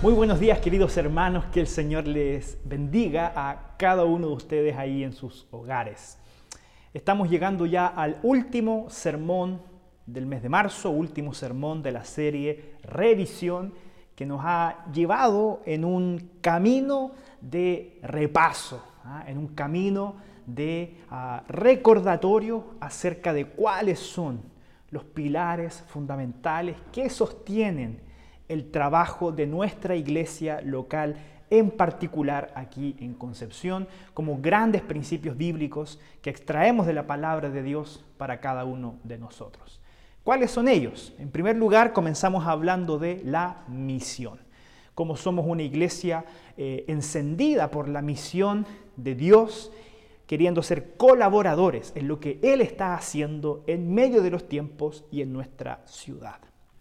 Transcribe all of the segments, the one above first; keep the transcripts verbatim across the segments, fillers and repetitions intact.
Muy buenos días, queridos hermanos, que el Señor les bendiga a cada uno de ustedes ahí en sus hogares. Estamos llegando ya al último sermón del mes de marzo, último sermón de la serie Revisión, que nos ha llevado en un camino de repaso, ¿ah? en un camino de uh, recordatorio acerca de cuáles son los pilares fundamentales que sostienen el trabajo de nuestra iglesia local, en particular aquí en Concepción, como grandes principios bíblicos que extraemos de la palabra de Dios para cada uno de nosotros. ¿Cuáles son ellos? En primer lugar, comenzamos hablando de la misión. Como somos una iglesia eh, encendida por la misión de Dios, queriendo ser colaboradores en lo que Él está haciendo en medio de los tiempos y en nuestra ciudad.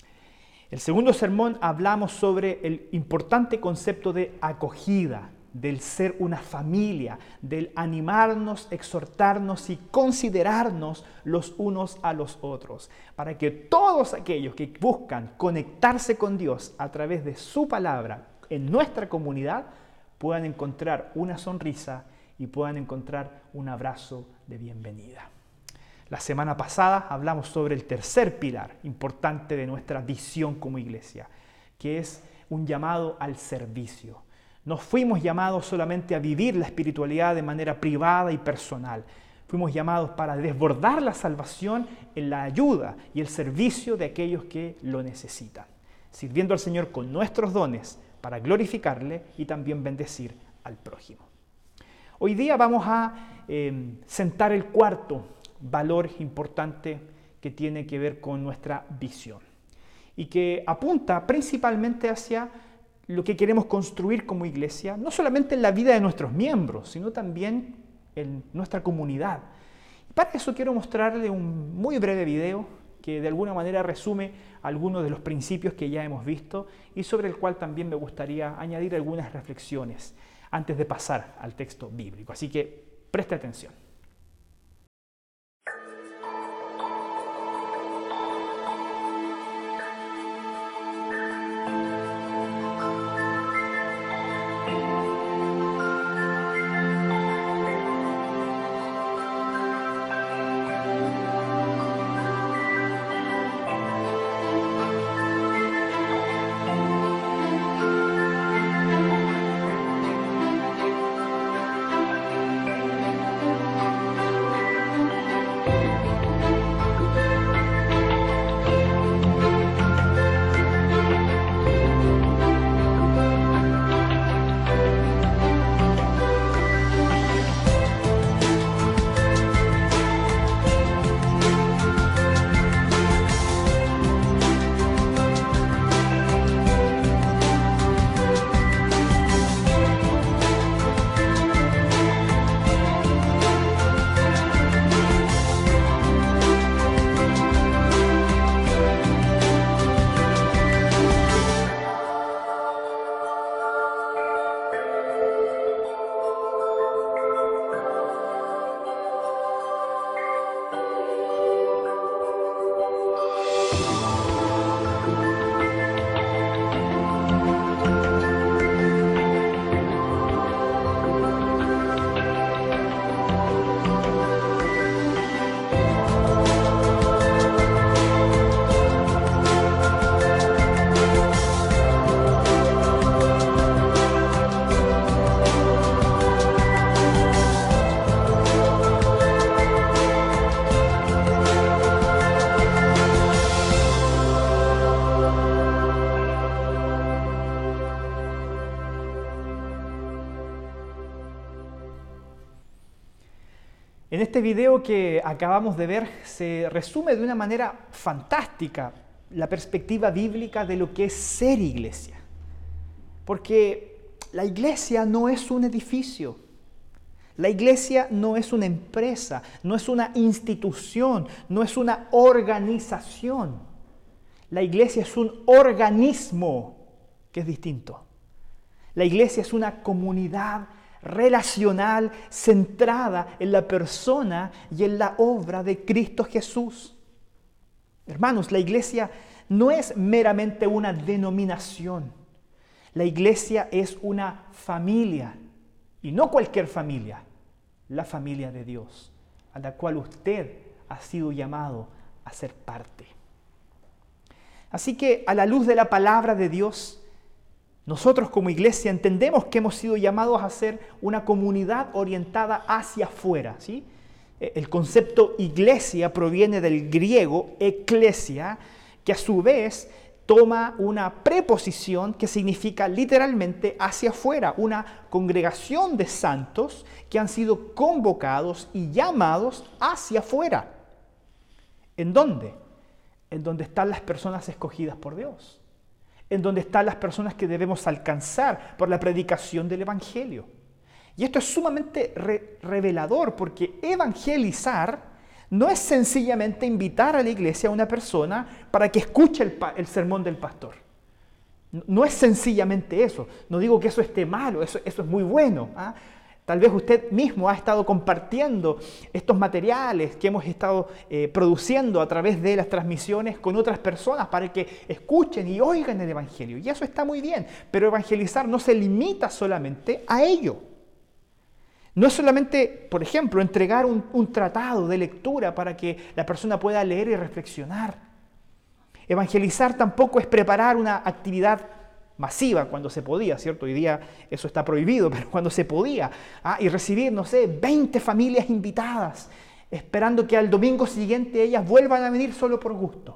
El segundo sermón hablamos sobre el importante concepto de acogida, del ser una familia, del animarnos, exhortarnos y considerarnos los unos a los otros, para que todos aquellos que buscan conectarse con Dios a través de su palabra en nuestra comunidad puedan encontrar una sonrisa y puedan encontrar un abrazo de bienvenida. La semana pasada hablamos sobre el tercer pilar importante de nuestra visión como iglesia, que es un llamado al servicio. No fuimos llamados solamente a vivir la espiritualidad de manera privada y personal. Fuimos llamados para desbordar la salvación en la ayuda y el servicio de aquellos que lo necesitan, sirviendo al Señor con nuestros dones para glorificarle y también bendecir al prójimo. Hoy día vamos a eh, sentar el cuarto valor importante que tiene que ver con nuestra visión y que apunta principalmente hacia lo que queremos construir como iglesia, no solamente en la vida de nuestros miembros, sino también en nuestra comunidad. Para eso quiero mostrarle un muy breve video que de alguna manera resume algunos de los principios que ya hemos visto y sobre el cual también me gustaría añadir algunas reflexiones antes de pasar al texto bíblico. Así que preste atención. En este video que acabamos de ver se resume de una manera fantástica la perspectiva bíblica de lo que es ser iglesia. Porque la iglesia no es un edificio, la iglesia no es una empresa, no es una institución, no es una organización. La iglesia es un organismo que es distinto. La iglesia es una comunidad relacional centrada en la persona y en la obra de Cristo Jesús. Hermanos, la iglesia no es meramente una denominación. La iglesia es una familia, y no cualquier familia, la familia de Dios, a la cual usted ha sido llamado a ser parte. Así que, a la luz de la palabra de Dios, nosotros como iglesia entendemos que hemos sido llamados a ser una comunidad orientada hacia afuera, ¿sí? El concepto iglesia proviene del griego eklesia, que a su vez toma una preposición que significa literalmente hacia afuera, una congregación de santos que han sido convocados y llamados hacia afuera. ¿En dónde? En donde están las personas escogidas por Dios, en donde están las personas que debemos alcanzar por la predicación del Evangelio. Y esto es sumamente re- revelador, porque evangelizar no es sencillamente invitar a la iglesia a una persona para que escuche el, pa- el sermón del pastor. No, no es sencillamente eso. No digo que eso esté malo, eso, eso es muy bueno, ¿ah? Tal vez usted mismo ha estado compartiendo estos materiales que hemos estado eh, produciendo a través de las transmisiones con otras personas para que escuchen y oigan el Evangelio. Y eso está muy bien, pero evangelizar no se limita solamente a ello. No es solamente, por ejemplo, entregar un, un tratado de lectura para que la persona pueda leer y reflexionar. Evangelizar tampoco es preparar una actividad masiva cuando se podía, ¿cierto? Hoy día eso está prohibido, pero cuando se podía, ¿ah? Y recibir, no sé, veinte familias invitadas, esperando que al domingo siguiente ellas vuelvan a venir solo por gusto.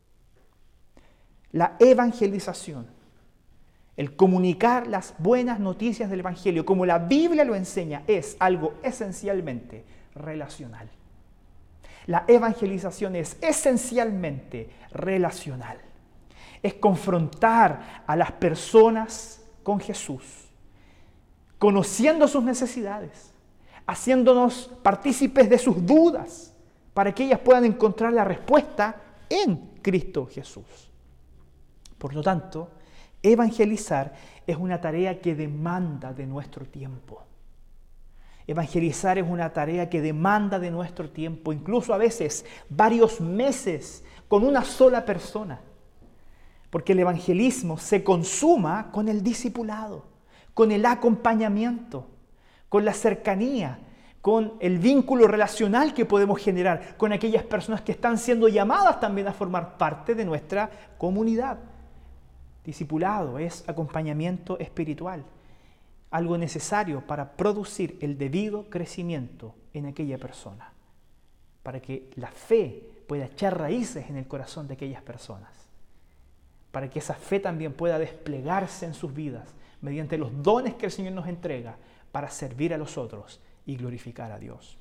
La evangelización, el comunicar las buenas noticias del Evangelio, como la Biblia lo enseña, es algo esencialmente relacional. La evangelización es esencialmente relacional. Es confrontar a las personas con Jesús, conociendo sus necesidades, haciéndonos partícipes de sus dudas, para que ellas puedan encontrar la respuesta en Cristo Jesús. Por lo tanto, evangelizar es una tarea que demanda de nuestro tiempo. Evangelizar es una tarea que demanda de nuestro tiempo, incluso a veces varios meses con una sola persona. Porque el evangelismo se consuma con el discipulado, con el acompañamiento, con la cercanía, con el vínculo relacional que podemos generar con aquellas personas que están siendo llamadas también a formar parte de nuestra comunidad. Discipulado es acompañamiento espiritual, algo necesario para producir el debido crecimiento en aquella persona, para que la fe pueda echar raíces en el corazón de aquellas personas, para que esa fe también pueda desplegarse en sus vidas mediante los dones que el Señor nos entrega para servir a los otros y glorificar a Dios.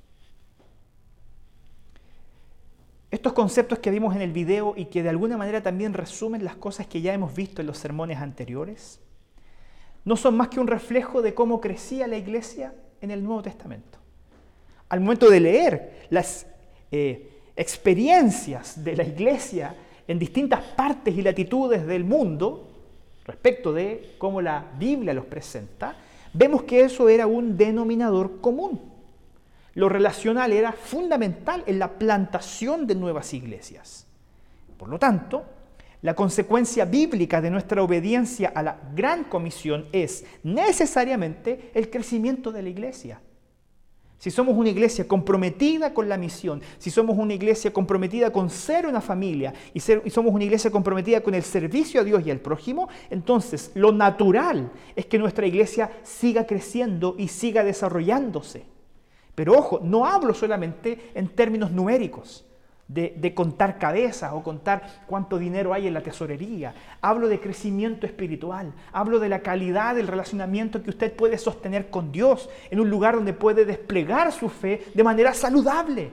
Estos conceptos que vimos en el video y que de alguna manera también resumen las cosas que ya hemos visto en los sermones anteriores, no son más que un reflejo de cómo crecía la iglesia en el Nuevo Testamento. Al momento de leer las eh, experiencias de la iglesia en distintas partes y latitudes del mundo, respecto de cómo la Biblia los presenta, vemos que eso era un denominador común. Lo relacional era fundamental en la plantación de nuevas iglesias. Por lo tanto, la consecuencia bíblica de nuestra obediencia a la Gran Comisión es necesariamente el crecimiento de la iglesia. Si somos una iglesia comprometida con la misión, si somos una iglesia comprometida con ser una familia y, ser, y somos una iglesia comprometida con el servicio a Dios y al prójimo, entonces lo natural es que nuestra iglesia siga creciendo y siga desarrollándose. Pero ojo, no hablo solamente en términos numéricos, de, de contar cabezas o contar cuánto dinero hay en la tesorería. Hablo de crecimiento espiritual, hablo de la calidad del relacionamiento que usted puede sostener con Dios en un lugar donde puede desplegar su fe de manera saludable,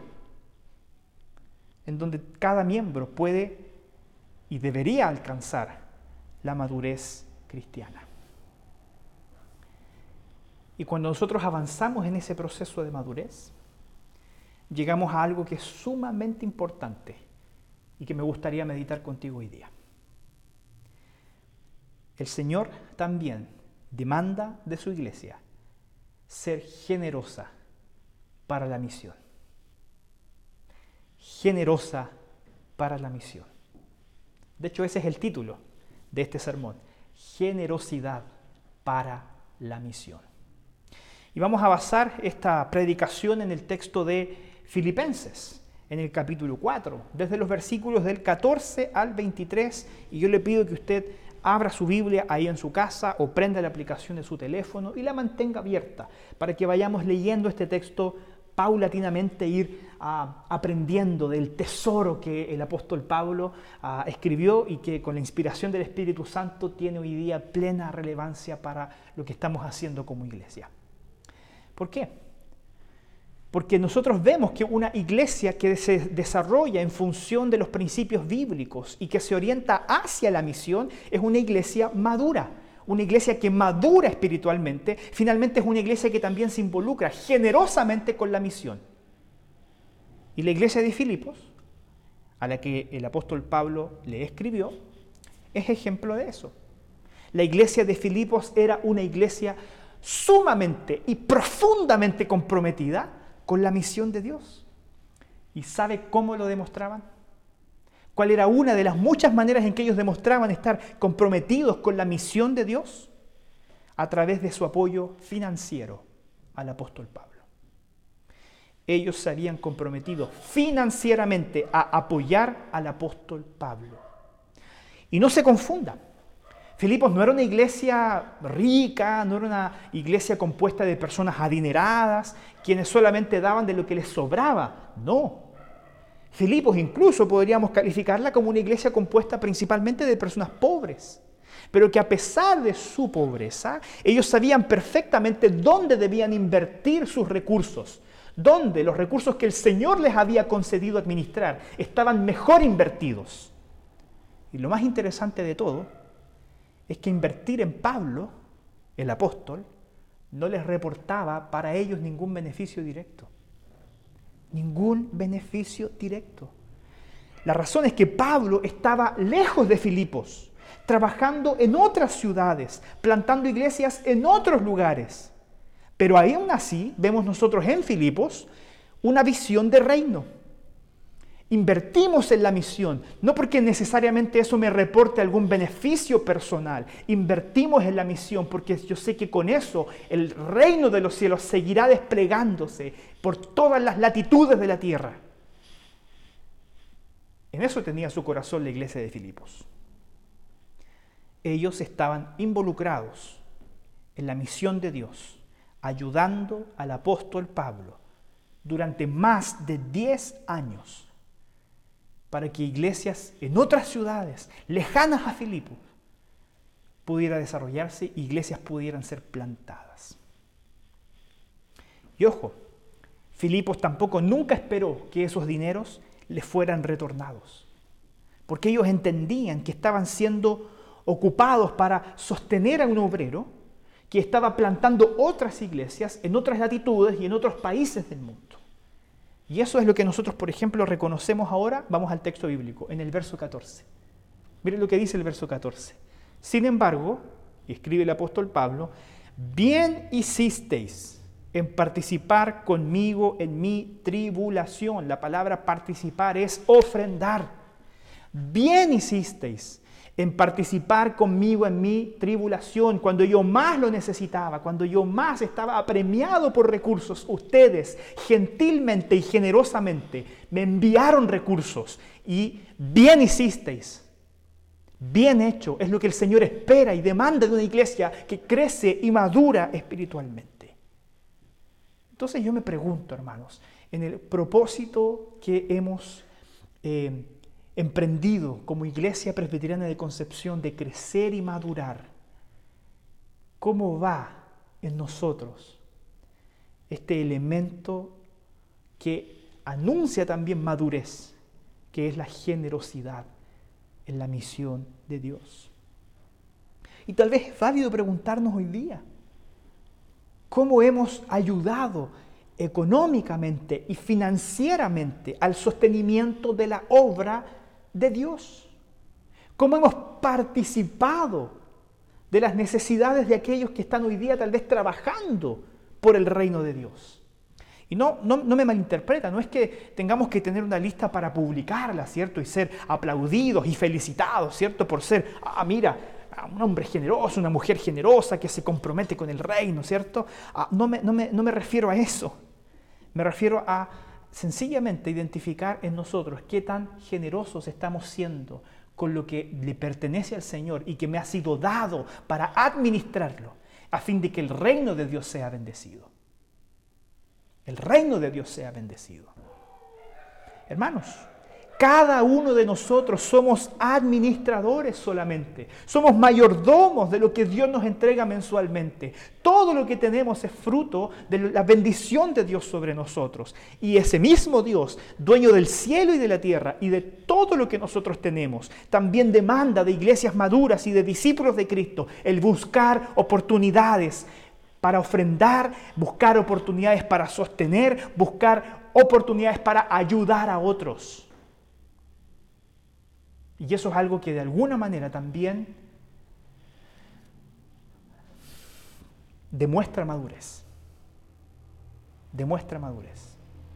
en donde cada miembro puede y debería alcanzar la madurez cristiana. Y cuando nosotros avanzamos en ese proceso de madurez, llegamos a algo que es sumamente importante y que me gustaría meditar contigo hoy día. El Señor también demanda de su iglesia ser generosa para la misión. Generosa para la misión. De hecho, ese es el título de este sermón. generosidad para la misión. Y vamos a basar esta predicación en el texto de Filipenses, en el capítulo cuatro, desde los versículos del catorce al veintitrés, y yo le pido que usted abra su Biblia ahí en su casa o prenda la aplicación de su teléfono y la mantenga abierta para que vayamos leyendo este texto paulatinamente, ir uh, aprendiendo del tesoro que el apóstol Pablo uh, escribió y que con la inspiración del Espíritu Santo tiene hoy día plena relevancia para lo que estamos haciendo como iglesia. ¿Por qué? Porque nosotros vemos que una iglesia que se desarrolla en función de los principios bíblicos y que se orienta hacia la misión es una iglesia madura. Una iglesia que madura espiritualmente, finalmente es una iglesia que también se involucra generosamente con la misión. Y la iglesia de Filipos, a la que el apóstol Pablo le escribió, es ejemplo de eso. La iglesia de Filipos era una iglesia sumamente y profundamente comprometida con la misión de Dios. ¿Y sabe cómo lo demostraban? ¿Cuál era una de las muchas maneras en que ellos demostraban estar comprometidos con la misión de Dios? A través de su apoyo financiero al apóstol Pablo. Ellos se habían comprometido financieramente a apoyar al apóstol Pablo. Y no se confundan. Filipos no era una iglesia rica, no era una iglesia compuesta de personas adineradas, quienes solamente daban de lo que les sobraba. No. Filipos incluso podríamos calificarla como una iglesia compuesta principalmente de personas pobres, pero que a pesar de su pobreza, ellos sabían perfectamente dónde debían invertir sus recursos, dónde los recursos que el Señor les había concedido administrar estaban mejor invertidos. Y lo más interesante de todo es que invertir en Pablo, el apóstol, no les reportaba para ellos ningún beneficio directo. Ningún beneficio directo. La razón es que Pablo estaba lejos de Filipos, trabajando en otras ciudades, plantando iglesias en otros lugares. Pero aún así vemos nosotros en Filipos una visión de reino. Invertimos en la misión, no porque necesariamente eso me reporte algún beneficio personal. Invertimos en la misión porque yo sé que con eso el reino de los cielos seguirá desplegándose por todas las latitudes de la tierra. En eso tenía su corazón la iglesia de Filipos. Ellos estaban involucrados en la misión de Dios, ayudando al apóstol Pablo durante más de diez años. Para que iglesias en otras ciudades, lejanas a Filipos, pudiera desarrollarse, iglesias pudieran ser plantadas. Y ojo, Filipos tampoco nunca esperó que esos dineros les fueran retornados, porque ellos entendían que estaban siendo ocupados para sostener a un obrero que estaba plantando otras iglesias en otras latitudes y en otros países del mundo. Y eso es lo que nosotros, por ejemplo, reconocemos ahora. Vamos al texto bíblico, en el verso catorce. Miren lo que dice el verso catorce. Sin embargo, y escribe el apóstol Pablo, bien hicisteis en participar conmigo en mi tribulación. La palabra participar es ofrendar. Bien hicisteis en participar conmigo en mi tribulación, cuando yo más lo necesitaba, cuando yo más estaba apremiado por recursos. Ustedes gentilmente y generosamente me enviaron recursos y bien hicisteis. Bien hecho es lo que el Señor espera y demanda de una iglesia que crece y madura espiritualmente. Entonces yo me pregunto, hermanos, en el propósito que hemos eh, emprendido como Iglesia Presbiteriana de Concepción de crecer y madurar, ¿cómo va en nosotros este elemento que anuncia también madurez, que es la generosidad en la misión de Dios? Y tal vez es válido preguntarnos hoy día, ¿cómo hemos ayudado económicamente y financieramente al sostenimiento de la obra de Dios? ¿Cómo hemos participado de las necesidades de aquellos que están hoy día tal vez trabajando por el reino de Dios? Y no, no, no me malinterpreta, no es que tengamos que tener una lista para publicarla, ¿cierto? Y ser aplaudidos y felicitados, ¿cierto? Por ser, ah, mira, a un hombre generoso, una mujer generosa que se compromete con el reino, ¿cierto? Ah, no, me, no, me, no me refiero a eso. Me refiero a sencillamente identificar en nosotros qué tan generosos estamos siendo con lo que le pertenece al Señor y que me ha sido dado para administrarlo, a fin de que el reino de Dios sea bendecido. El reino de Dios sea bendecido. Hermanos, cada uno de nosotros somos administradores solamente. Somos mayordomos de lo que Dios nos entrega mensualmente. Todo lo que tenemos es fruto de la bendición de Dios sobre nosotros. Y ese mismo Dios, dueño del cielo y de la tierra y de todo lo que nosotros tenemos, también demanda de iglesias maduras y de discípulos de Cristo el buscar oportunidades para ofrendar, buscar oportunidades para sostener, buscar oportunidades para ayudar a otros. Y eso es algo que de alguna manera también demuestra madurez. Demuestra madurez.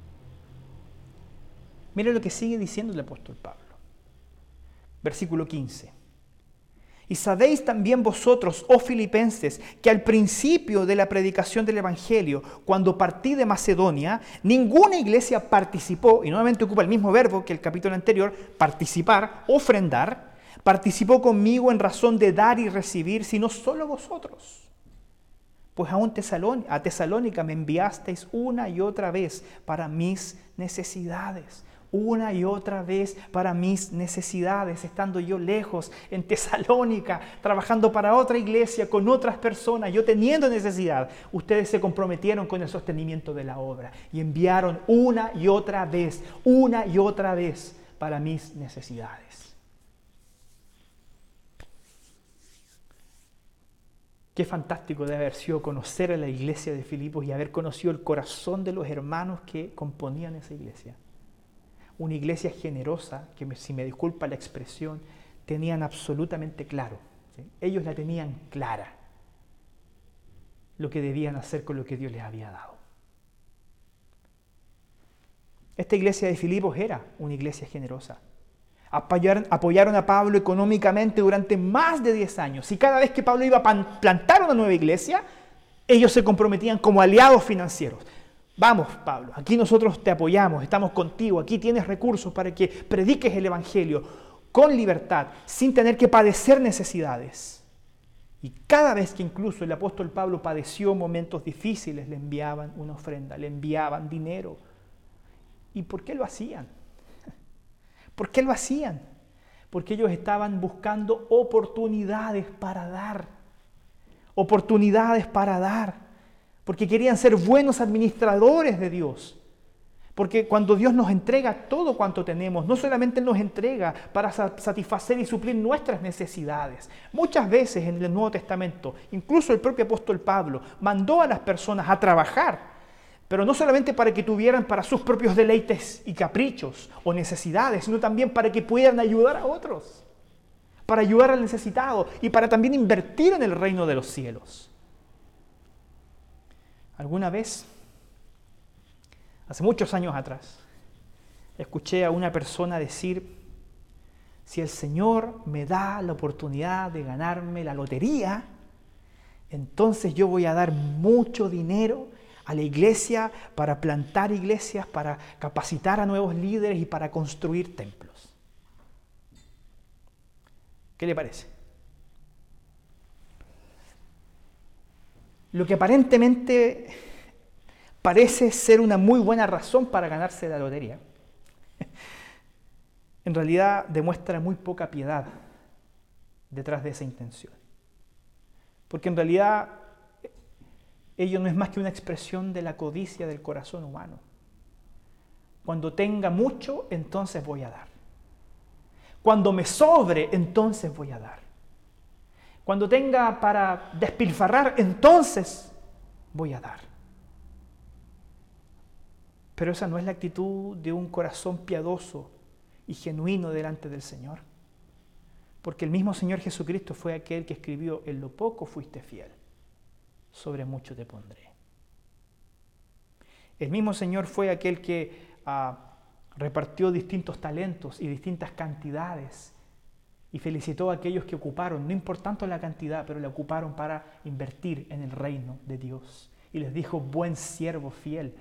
Mire lo que sigue diciendo el apóstol Pablo. Versículo quince. Y sabéis también vosotros, oh filipenses, que al principio de la predicación del Evangelio, cuando partí de Macedonia, ninguna iglesia participó, y nuevamente ocupa el mismo verbo que el capítulo anterior, participar, ofrendar, participó conmigo en razón de dar y recibir, sino solo vosotros. Pues aún a Tesalónica me enviasteis una y otra vez para mis necesidades. Una y otra vez para mis necesidades, estando yo lejos en Tesalónica, trabajando para otra iglesia, con otras personas, yo teniendo necesidad. Ustedes se comprometieron con el sostenimiento de la obra y enviaron una y otra vez, una y otra vez para mis necesidades. Qué fantástico debe haber sido conocer a la iglesia de Filipos y haber conocido el corazón de los hermanos que componían esa iglesia. Una iglesia generosa, que me, si me disculpa la expresión, tenían absolutamente claro, ¿sí? Ellos la tenían clara, lo que debían hacer con lo que Dios les había dado. Esta iglesia de Filipos era una iglesia generosa. Apoyaron, apoyaron a Pablo económicamente durante más de diez años. Y cada vez que Pablo iba a plantar una nueva iglesia, ellos se comprometían como aliados financieros. Vamos, Pablo, aquí nosotros te apoyamos, estamos contigo, aquí tienes recursos para que prediques el Evangelio con libertad, sin tener que padecer necesidades. Y cada vez que incluso el apóstol Pablo padeció momentos difíciles, le enviaban una ofrenda, le enviaban dinero. ¿Y por qué lo hacían? ¿Por qué lo hacían? Porque ellos estaban buscando oportunidades para dar. Oportunidades para dar. Porque querían ser buenos administradores de Dios. Porque cuando Dios nos entrega todo cuanto tenemos, no solamente nos entrega para satisfacer y suplir nuestras necesidades. Muchas veces en el Nuevo Testamento, incluso el propio apóstol Pablo, mandó a las personas a trabajar, pero no solamente para que tuvieran para sus propios deleites y caprichos o necesidades, sino también para que pudieran ayudar a otros, para ayudar al necesitado y para también invertir en el reino de los cielos. Alguna vez, hace muchos años atrás, escuché a una persona decir, si el Señor me da la oportunidad de ganarme la lotería, entonces yo voy a dar mucho dinero a la iglesia para plantar iglesias, para capacitar a nuevos líderes y para construir templos. ¿Qué le parece? Lo que aparentemente parece ser una muy buena razón para ganarse la lotería, en realidad demuestra muy poca piedad detrás de esa intención. Porque en realidad ello no es más que una expresión de la codicia del corazón humano. Cuando tenga mucho, entonces voy a dar. Cuando me sobre, entonces voy a dar. Cuando tenga para despilfarrar, entonces voy a dar. Pero esa no es la actitud de un corazón piadoso y genuino delante del Señor. Porque el mismo Señor Jesucristo fue aquel que escribió, en lo poco fuiste fiel, sobre mucho te pondré. El mismo Señor fue aquel que ah, repartió distintos talentos y distintas cantidades Y felicitó a aquellos que ocuparon, no importando la cantidad, pero la ocuparon para invertir en el reino de Dios. Y les dijo, buen siervo fiel.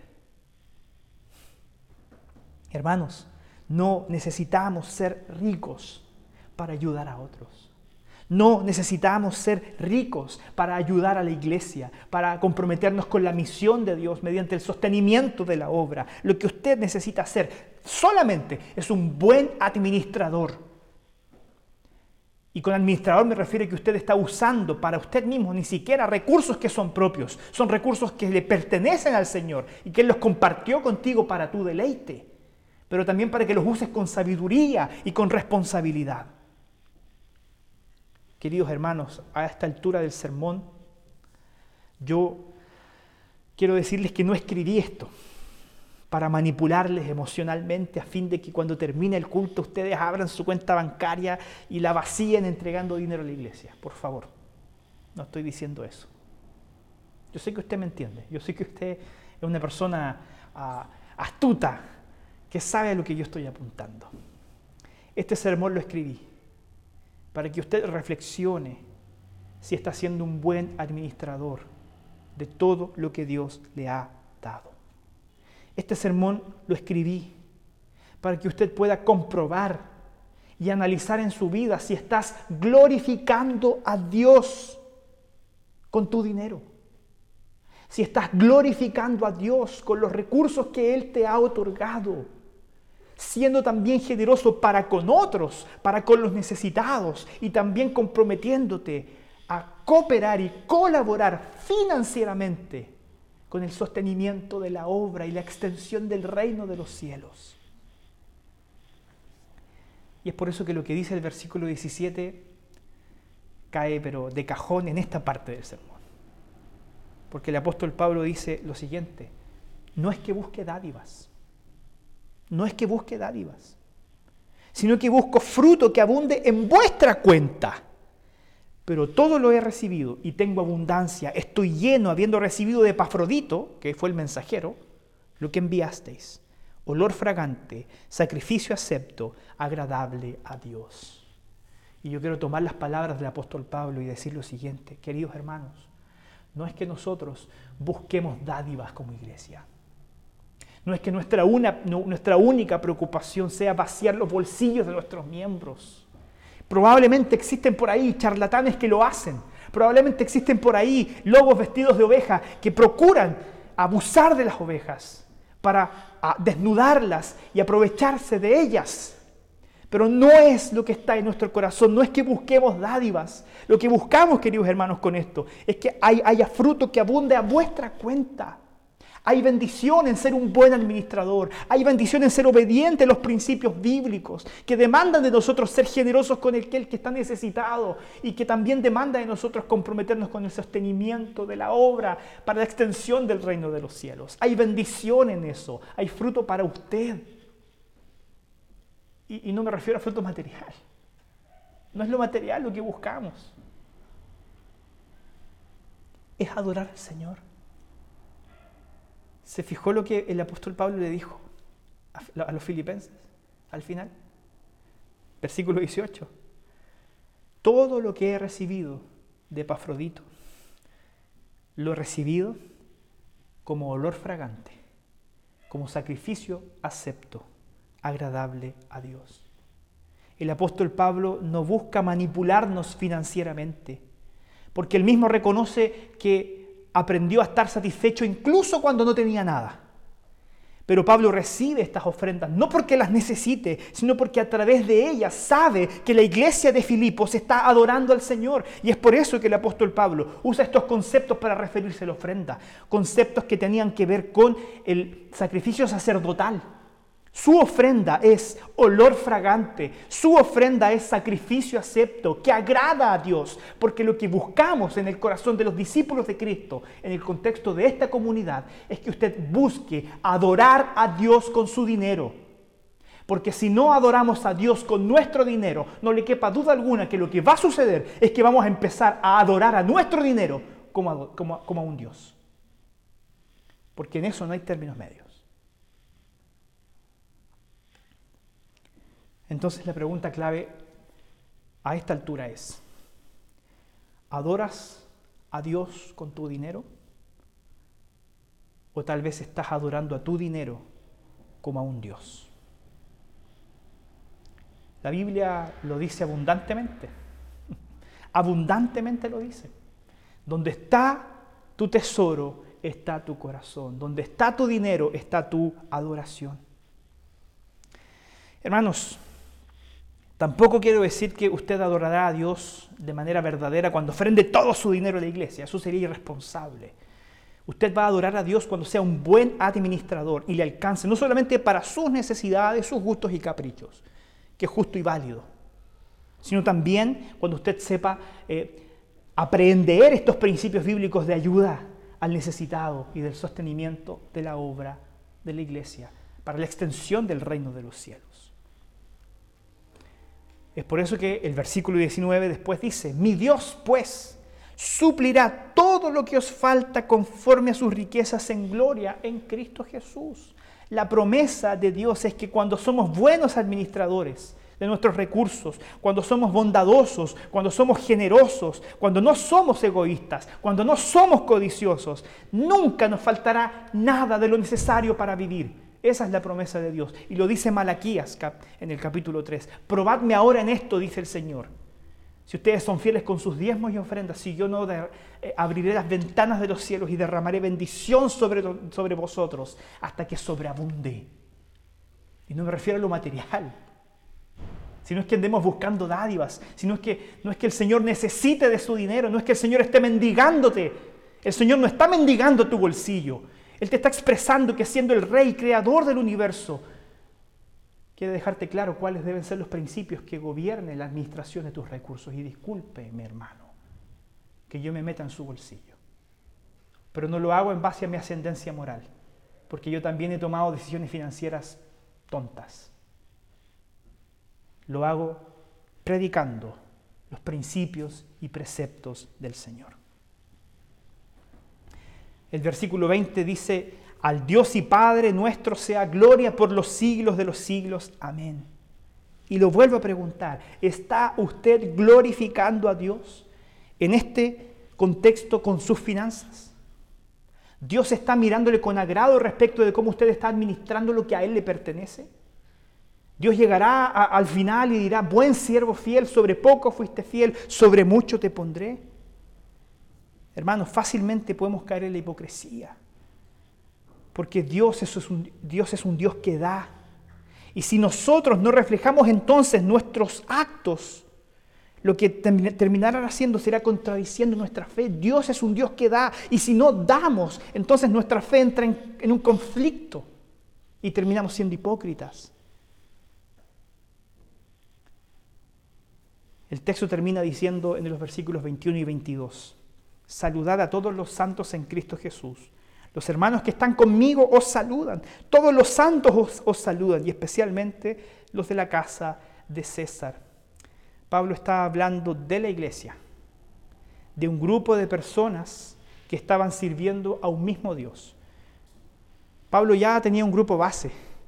Hermanos, no necesitamos ser ricos para ayudar a otros. No necesitamos ser ricos para ayudar a la iglesia, para comprometernos con la misión de Dios mediante el sostenimiento de la obra. Lo que usted necesita hacer solamente es un buen administrador. Y con administrador me refiero a que usted está usando para usted mismo ni siquiera recursos que son propios, son recursos que le pertenecen al Señor y que Él los compartió contigo para tu deleite, pero también para que los uses con sabiduría y con responsabilidad. Queridos hermanos, a esta altura del sermón, yo quiero decirles que no escribí esto para manipularles emocionalmente a fin de que cuando termine el culto ustedes abran su cuenta bancaria y la vacíen entregando dinero a la iglesia. Por favor, no estoy diciendo eso. Yo sé que usted me entiende, yo sé que usted es una persona uh, astuta que sabe a lo que yo estoy apuntando. Este sermón lo escribí para que usted reflexione si está siendo un buen administrador de todo lo que Dios le ha dado. Este sermón lo escribí para que usted pueda comprobar y analizar en su vida si estás glorificando a Dios con tu dinero. Si estás glorificando a Dios con los recursos que Él te ha otorgado, siendo también generoso para con otros, para con los necesitados y también comprometiéndote a cooperar y colaborar financieramente con el sostenimiento de la obra y la extensión del reino de los cielos. Y es por eso que lo que dice el versículo diecisiete cae pero de cajón en esta parte del sermón. Porque el apóstol Pablo dice lo siguiente: no es que busque dádivas, no es que busque dádivas, sino que busco fruto que abunde en vuestra cuenta. Pero todo lo he recibido y tengo abundancia, estoy lleno, habiendo recibido de Epafrodito, que fue el mensajero, lo que enviasteis, olor fragante, sacrificio acepto, agradable a Dios. Y yo quiero tomar las palabras del apóstol Pablo y decir lo siguiente: queridos hermanos, no es que nosotros busquemos dádivas como iglesia. No es que nuestra, una, no, nuestra única preocupación sea vaciar los bolsillos de nuestros miembros. Probablemente existen por ahí charlatanes que lo hacen. Probablemente existen por ahí lobos vestidos de oveja que procuran abusar de las ovejas para a, desnudarlas y aprovecharse de ellas. Pero no es lo que está en nuestro corazón, no es que busquemos dádivas. Lo que buscamos, queridos hermanos, con esto es que hay, haya fruto que abunde a vuestra cuenta. Hay bendición en ser un buen administrador. Hay bendición en ser obediente a los principios bíblicos que demandan de nosotros ser generosos con aquel que está necesitado y que también demanda de nosotros comprometernos con el sostenimiento de la obra para la extensión del reino de los cielos. Hay bendición en eso. Hay fruto para usted. Y, y no me refiero a fruto material. No es lo material lo que buscamos. Es adorar al Señor. ¿Se fijó lo que el apóstol Pablo le dijo a los filipenses al final? Versículo dieciocho. Todo lo que he recibido de Epafrodito, lo he recibido como olor fragante, como sacrificio acepto, agradable a Dios. El apóstol Pablo no busca manipularnos financieramente, porque él mismo reconoce que aprendió a estar satisfecho incluso cuando no tenía nada. Pero Pablo recibe estas ofrendas no porque las necesite, sino porque a través de ellas sabe que la iglesia de Filipos está adorando al Señor. Y es por eso que el apóstol Pablo usa estos conceptos para referirse a la ofrenda. Conceptos que tenían que ver con el sacrificio sacerdotal. Su ofrenda es olor fragante, su ofrenda es sacrificio acepto, que agrada a Dios, porque lo que buscamos en el corazón de los discípulos de Cristo, en el contexto de esta comunidad, es que usted busque adorar a Dios con su dinero. Porque si no adoramos a Dios con nuestro dinero, no le quepa duda alguna que lo que va a suceder es que vamos a empezar a adorar a nuestro dinero como a, como a, como a un Dios. Porque en eso no hay términos medios. Entonces la pregunta clave a esta altura es: ¿adoras a Dios con tu dinero? ¿O tal vez estás adorando a tu dinero como a un Dios? La Biblia lo dice abundantemente. Abundantemente lo dice. Donde está tu tesoro, está tu corazón. Donde está tu dinero, está tu adoración. Hermanos, tampoco quiero decir que usted adorará a Dios de manera verdadera cuando ofrende todo su dinero a la iglesia. Eso sería irresponsable. Usted va a adorar a Dios cuando sea un buen administrador y le alcance no solamente para sus necesidades, sus gustos y caprichos, que es justo y válido, sino también cuando usted sepa eh, aprehender estos principios bíblicos de ayuda al necesitado y del sostenimiento de la obra de la iglesia para la extensión del reino de los cielos. Es por eso que el versículo diecinueve después dice: mi Dios, pues, suplirá todo lo que os falta conforme a sus riquezas en gloria en Cristo Jesús. La promesa de Dios es que cuando somos buenos administradores de nuestros recursos, cuando somos bondadosos, cuando somos generosos, cuando no somos egoístas, cuando no somos codiciosos, nunca nos faltará nada de lo necesario para vivir. Esa es la promesa de Dios. Y lo dice Malaquías en el capítulo tres. Probadme ahora en esto, dice el Señor. Si ustedes son fieles con sus diezmos y ofrendas, si yo no de, eh, abriré las ventanas de los cielos y derramaré bendición sobre, sobre vosotros hasta que sobreabunde. Y no me refiero a lo material, sino es que andemos buscando dádivas, sino es que no es que el Señor necesite de su dinero, no es que el Señor esté mendigándote. El Señor no está mendigando tu bolsillo. Él te está expresando que siendo el Rey, creador del universo, quiere dejarte claro cuáles deben ser los principios que gobiernen la administración de tus recursos. Y disculpe, mi hermano, que yo me meta en su bolsillo. Pero no lo hago en base a mi ascendencia moral, porque yo también he tomado decisiones financieras tontas. Lo hago predicando los principios y preceptos del Señor. El versículo veinte dice: al Dios y Padre nuestro sea gloria por los siglos de los siglos. Amén. Y lo vuelvo a preguntar: ¿está usted glorificando a Dios en este contexto con sus finanzas? ¿Dios está mirándole con agrado respecto de cómo usted está administrando lo que a Él le pertenece? Dios llegará a, al final y dirá: buen siervo fiel, sobre poco fuiste fiel, sobre mucho te pondré. Hermanos, fácilmente podemos caer en la hipocresía, porque Dios es un, Dios es un Dios que da. Y si nosotros no reflejamos entonces nuestros actos, lo que terminarán haciendo será contradiciendo nuestra fe. Dios es un Dios que da, y si no damos, entonces nuestra fe entra en, en un conflicto y terminamos siendo hipócritas. El texto termina diciendo en los versículos veintiuno y veintidós: saludad a todos los santos en Cristo Jesús. Los hermanos que están conmigo os saludan. Todos los santos os, os saludan, y especialmente los de la casa de César. Pablo está hablando de la iglesia, de un grupo de personas que estaban sirviendo a un mismo Dios. Pablo ya tenía un grupo base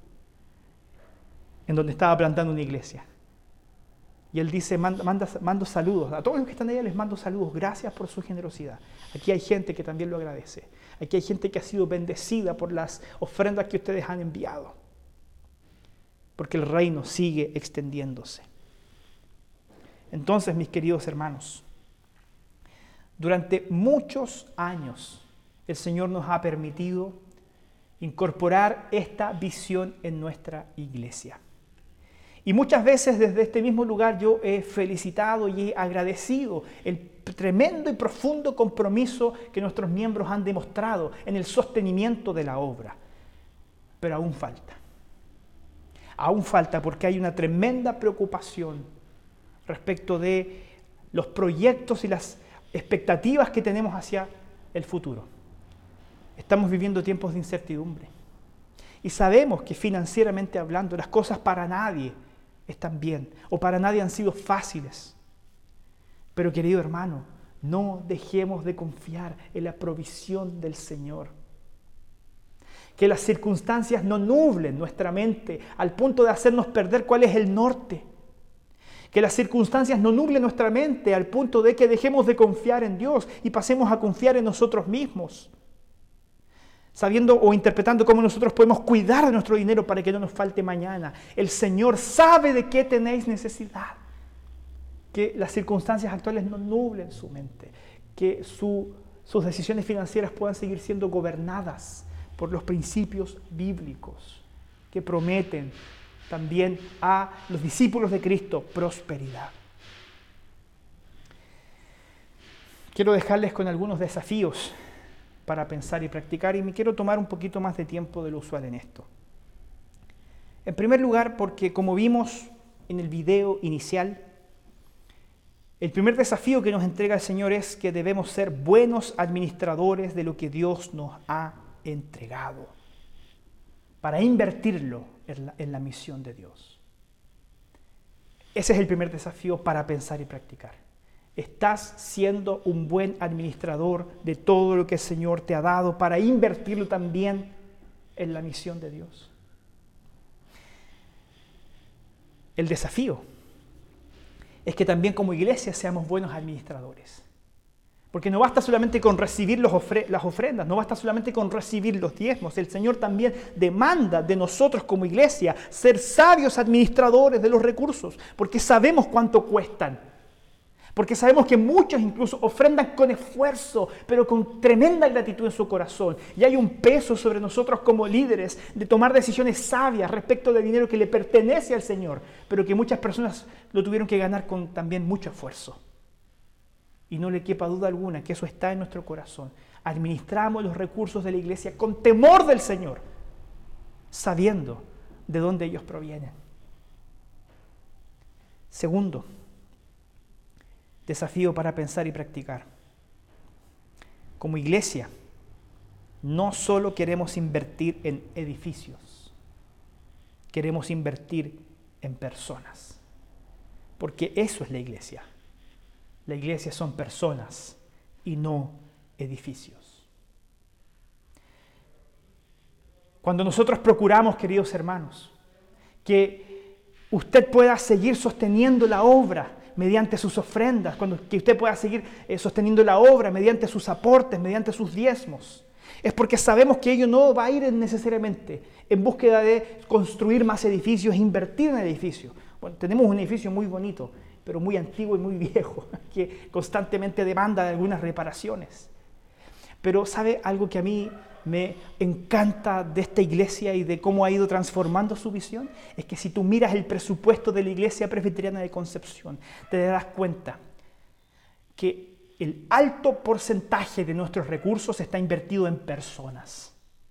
en donde estaba plantando una iglesia. Y él dice: manda, manda, mando saludos. A todos los que están allá les mando saludos. Gracias por su generosidad. Aquí hay gente que también lo agradece. Aquí hay gente que ha sido bendecida por las ofrendas que ustedes han enviado. Porque el reino sigue extendiéndose. Entonces, mis queridos hermanos, durante muchos años el Señor nos ha permitido incorporar esta visión en nuestra iglesia. Y muchas veces desde este mismo lugar yo he felicitado y he agradecido el tremendo y profundo compromiso que nuestros miembros han demostrado en el sostenimiento de la obra. Pero aún falta. Aún falta porque hay una tremenda preocupación respecto de los proyectos y las expectativas que tenemos hacia el futuro. Estamos viviendo tiempos de incertidumbre. Y sabemos que financieramente hablando las cosas para nadie están bien, o para nadie han sido fáciles. Pero querido hermano, no dejemos de confiar en la provisión del Señor. Que las circunstancias no nublen nuestra mente al punto de hacernos perder cuál es el norte. Que las circunstancias no nublen nuestra mente al punto de que dejemos de confiar en Dios y pasemos a confiar en nosotros mismos, sabiendo o interpretando cómo nosotros podemos cuidar de nuestro dinero para que no nos falte mañana. El Señor sabe de qué tenéis necesidad. Que las circunstancias actuales no nublen su mente, que su, sus decisiones financieras puedan seguir siendo gobernadas por los principios bíblicos que prometen también a los discípulos de Cristo prosperidad. Quiero dejarles con algunos desafíos para pensar y practicar, y me quiero tomar un poquito más de tiempo de lo usual en esto. En primer lugar, porque como vimos en el video inicial, el primer desafío que nos entrega el Señor es que debemos ser buenos administradores de lo que Dios nos ha entregado, para invertirlo en la, en la misión de Dios. Ese es el primer desafío para pensar y practicar. Estás siendo un buen administrador de todo lo que el Señor te ha dado para invertirlo también en la misión de Dios. El desafío es que también como iglesia seamos buenos administradores. Porque no basta solamente con recibir los ofre- las ofrendas, no basta solamente con recibir los diezmos. El Señor también demanda de nosotros como iglesia ser sabios administradores de los recursos, porque sabemos cuánto cuestan. Porque sabemos que muchos incluso ofrendan con esfuerzo, pero con tremenda gratitud en su corazón. Y hay un peso sobre nosotros como líderes de tomar decisiones sabias respecto del dinero que le pertenece al Señor, pero que muchas personas lo tuvieron que ganar con también mucho esfuerzo. Y no le quepa duda alguna que eso está en nuestro corazón. Administramos los recursos de la iglesia con temor del Señor, sabiendo de dónde ellos provienen. Segundo, desafío para pensar y practicar. Como iglesia, no solo queremos invertir en edificios, queremos invertir en personas, porque eso es la iglesia. La iglesia son personas y no edificios. Cuando nosotros procuramos, queridos hermanos, que usted pueda seguir sosteniendo la obra mediante sus ofrendas, cuando, que usted pueda seguir eh, sosteniendo la obra mediante sus aportes, mediante sus diezmos, es porque sabemos que ello no va a ir necesariamente en búsqueda de construir más edificios, invertir en edificios. Bueno, tenemos un edificio muy bonito, pero muy antiguo y muy viejo, que constantemente demanda de algunas reparaciones. Pero ¿sabe algo que a mí me encanta de esta iglesia y de cómo ha ido transformando su visión? Es que si tú miras el presupuesto de la Iglesia Presbiteriana de Concepción, te darás cuenta que el alto porcentaje de nuestros recursos está invertido en personas.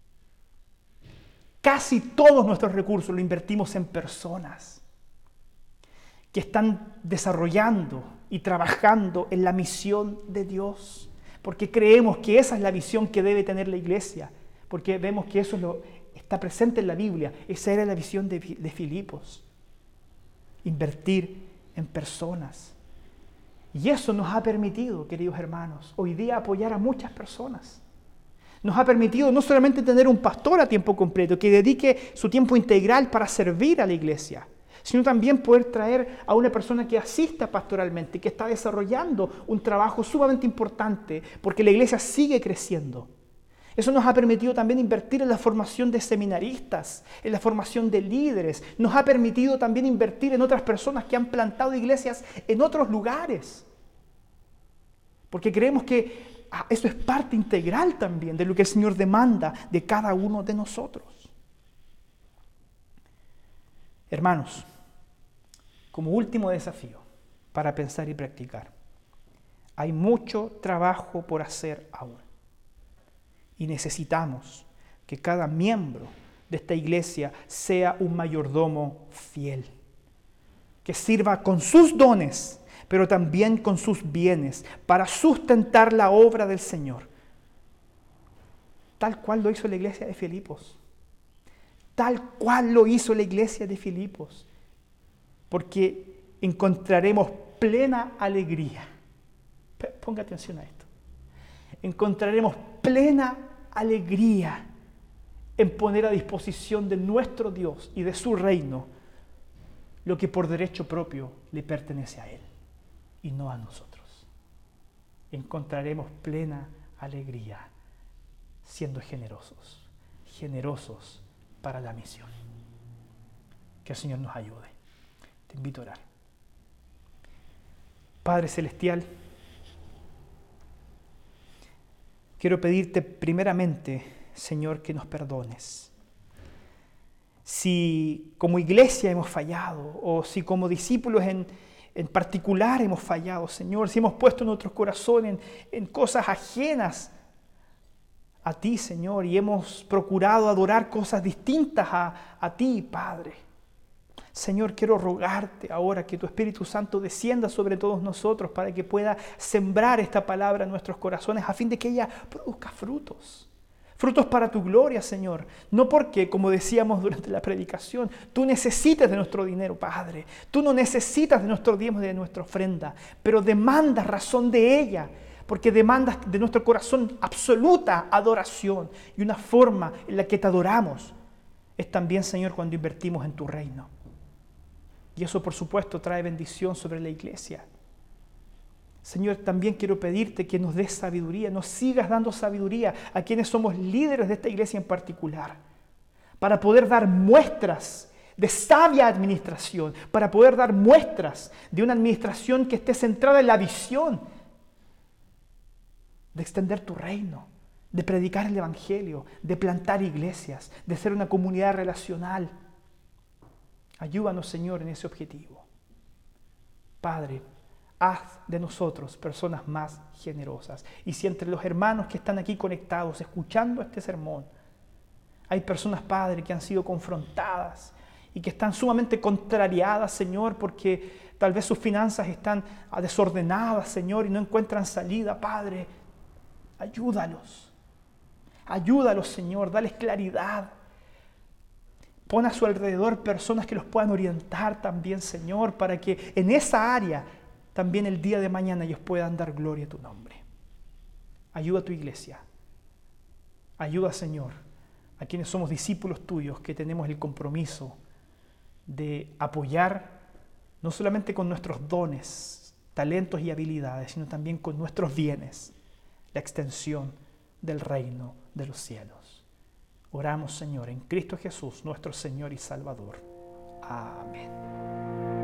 Casi todos nuestros recursos lo invertimos en personas que están desarrollando y trabajando en la misión de Dios, porque creemos que esa es la visión que debe tener la iglesia, porque vemos que eso es lo, está presente en la Biblia. Esa era la visión de, de Filipos, invertir en personas. Y eso nos ha permitido, queridos hermanos, hoy día apoyar a muchas personas. Nos ha permitido no solamente tener un pastor a tiempo completo que dedique su tiempo integral para servir a la iglesia, sino también poder traer a una persona que asista pastoralmente, que está desarrollando un trabajo sumamente importante, porque la iglesia sigue creciendo. Eso nos ha permitido también invertir en la formación de seminaristas, en la formación de líderes. Nos ha permitido también invertir en otras personas que han plantado iglesias en otros lugares. Porque creemos que ah, eso es parte integral también de lo que el Señor demanda de cada uno de nosotros. Hermanos, como último desafío para pensar y practicar, hay mucho trabajo por hacer aún. Y necesitamos que cada miembro de esta iglesia sea un mayordomo fiel, que sirva con sus dones, pero también con sus bienes, para sustentar la obra del Señor, tal cual lo hizo la iglesia de Filipos, tal cual lo hizo la iglesia de Filipos, porque encontraremos plena alegría. Ponga atención a esto. Encontraremos plena alegría en poner a disposición de nuestro Dios y de su reino lo que por derecho propio le pertenece a Él y no a nosotros. Encontraremos plena alegría siendo generosos, generosos para la misión. Que el Señor nos ayude. Te invito a orar. Padre Celestial, quiero pedirte primeramente, Señor, que nos perdones. Si como iglesia hemos fallado, o si como discípulos en, en particular hemos fallado, Señor, si hemos puesto nuestros corazones en, en cosas ajenas a ti, Señor, y hemos procurado adorar cosas distintas a, a ti, Padre. Señor, quiero rogarte ahora que tu Espíritu Santo descienda sobre todos nosotros para que pueda sembrar esta palabra en nuestros corazones a fin de que ella produzca frutos. Frutos para tu gloria, Señor. No porque, como decíamos durante la predicación, tú necesites de nuestro dinero, Padre. Tú no necesitas de nuestro diezmo y de nuestra ofrenda, pero demandas razón de ella, porque demandas de nuestro corazón absoluta adoración. Y una forma en la que te adoramos es también, Señor, cuando invertimos en tu reino. Y eso, por supuesto, trae bendición sobre la iglesia. Señor, también quiero pedirte que nos des sabiduría, nos sigas dando sabiduría a quienes somos líderes de esta iglesia en particular, para poder dar muestras de sabia administración, para poder dar muestras de una administración que esté centrada en la visión de extender tu reino, de predicar el evangelio, de plantar iglesias, de ser una comunidad relacional. Ayúdanos, Señor, en ese objetivo. Padre, haz de nosotros personas más generosas. Y si entre los hermanos que están aquí conectados, escuchando este sermón, hay personas, Padre, que han sido confrontadas y que están sumamente contrariadas, Señor, porque tal vez sus finanzas están desordenadas, Señor, y no encuentran salida, Padre, ayúdalos. Ayúdalos, Señor, dales claridad. Pon a su alrededor personas que los puedan orientar también, Señor, para que en esa área también el día de mañana ellos puedan dar gloria a tu nombre. Ayuda a tu iglesia. Ayuda, Señor, a quienes somos discípulos tuyos, que tenemos el compromiso de apoyar no solamente con nuestros dones, talentos y habilidades, sino también con nuestros bienes, la extensión del reino de los cielos. Oramos, Señor, en Cristo Jesús, nuestro Señor y Salvador. Amén.